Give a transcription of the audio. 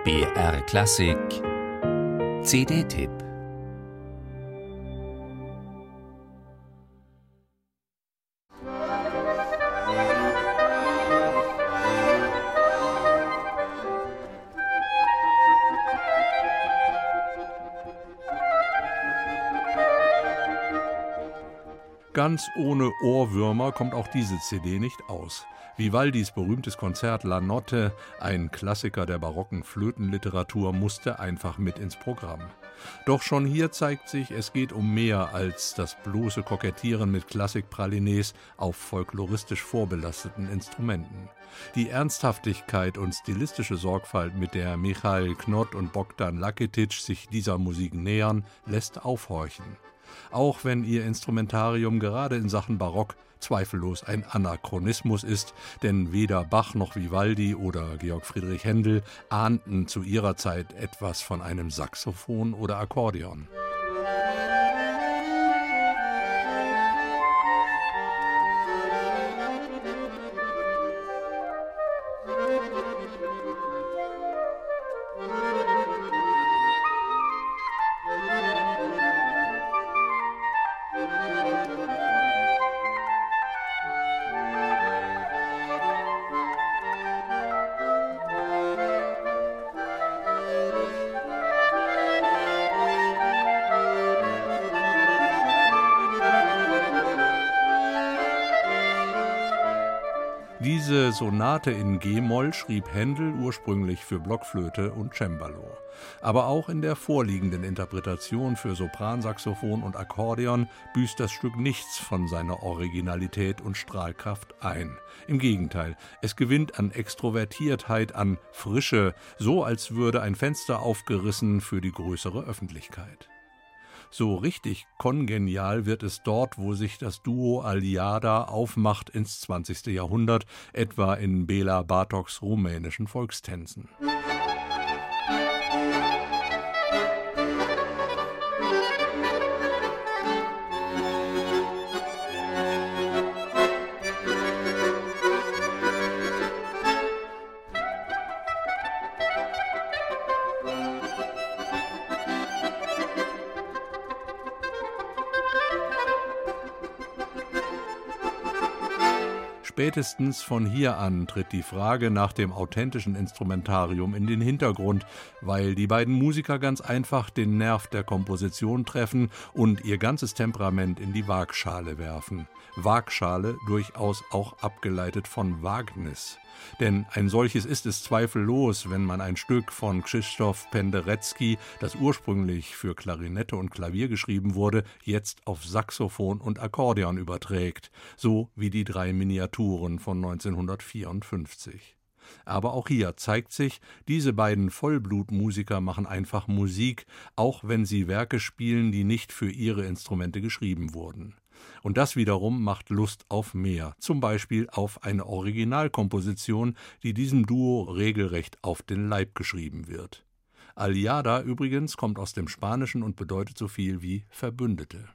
BR Klassik CD-Tipp. Ganz ohne Ohrwürmer kommt auch diese CD nicht aus. Vivaldis berühmtes Konzert La Notte, ein Klassiker der barocken Flötenliteratur, musste einfach mit ins Programm. Doch schon hier zeigt sich, es geht um mehr als das bloße Kokettieren mit Klassikpralines auf folkloristisch vorbelasteten Instrumenten. Die Ernsthaftigkeit und stilistische Sorgfalt, mit der Michail Knott und Bogdan Laketic sich dieser Musik nähern, lässt aufhorchen. Auch wenn ihr Instrumentarium gerade in Sachen Barock zweifellos ein Anachronismus ist, denn weder Bach noch Vivaldi oder Georg Friedrich Händel ahnten zu ihrer Zeit etwas von einem Saxophon oder Akkordeon. Diese Sonate in G-Moll schrieb Händel ursprünglich für Blockflöte und Cembalo. Aber auch in der vorliegenden Interpretation für Sopransaxophon und Akkordeon büßt das Stück nichts von seiner Originalität und Strahlkraft ein. Im Gegenteil, es gewinnt an Extrovertiertheit, an Frische, so als würde ein Fenster aufgerissen für die größere Öffentlichkeit. So richtig kongenial wird es dort, wo sich das Duo Aliada aufmacht ins 20. Jahrhundert, etwa in Bela Bartoks rumänischen Volkstänzen. Spätestens von hier an tritt die Frage nach dem authentischen Instrumentarium in den Hintergrund, weil die beiden Musiker ganz einfach den Nerv der Komposition treffen und ihr ganzes Temperament in die Waagschale werfen. Waagschale durchaus auch abgeleitet von Wagnis. Denn ein solches ist es zweifellos, wenn man ein Stück von Krzysztof Penderecki, das ursprünglich für Klarinette und Klavier geschrieben wurde, jetzt auf Saxophon und Akkordeon überträgt, so wie die 3 Miniaturen von 1954. Aber auch hier zeigt sich, diese beiden Vollblutmusiker machen einfach Musik, auch wenn sie Werke spielen, die nicht für ihre Instrumente geschrieben wurden. Und das wiederum macht Lust auf mehr, zum Beispiel auf eine Originalkomposition, die diesem Duo regelrecht auf den Leib geschrieben wird. Aliada übrigens kommt aus dem Spanischen und bedeutet so viel wie Verbündete.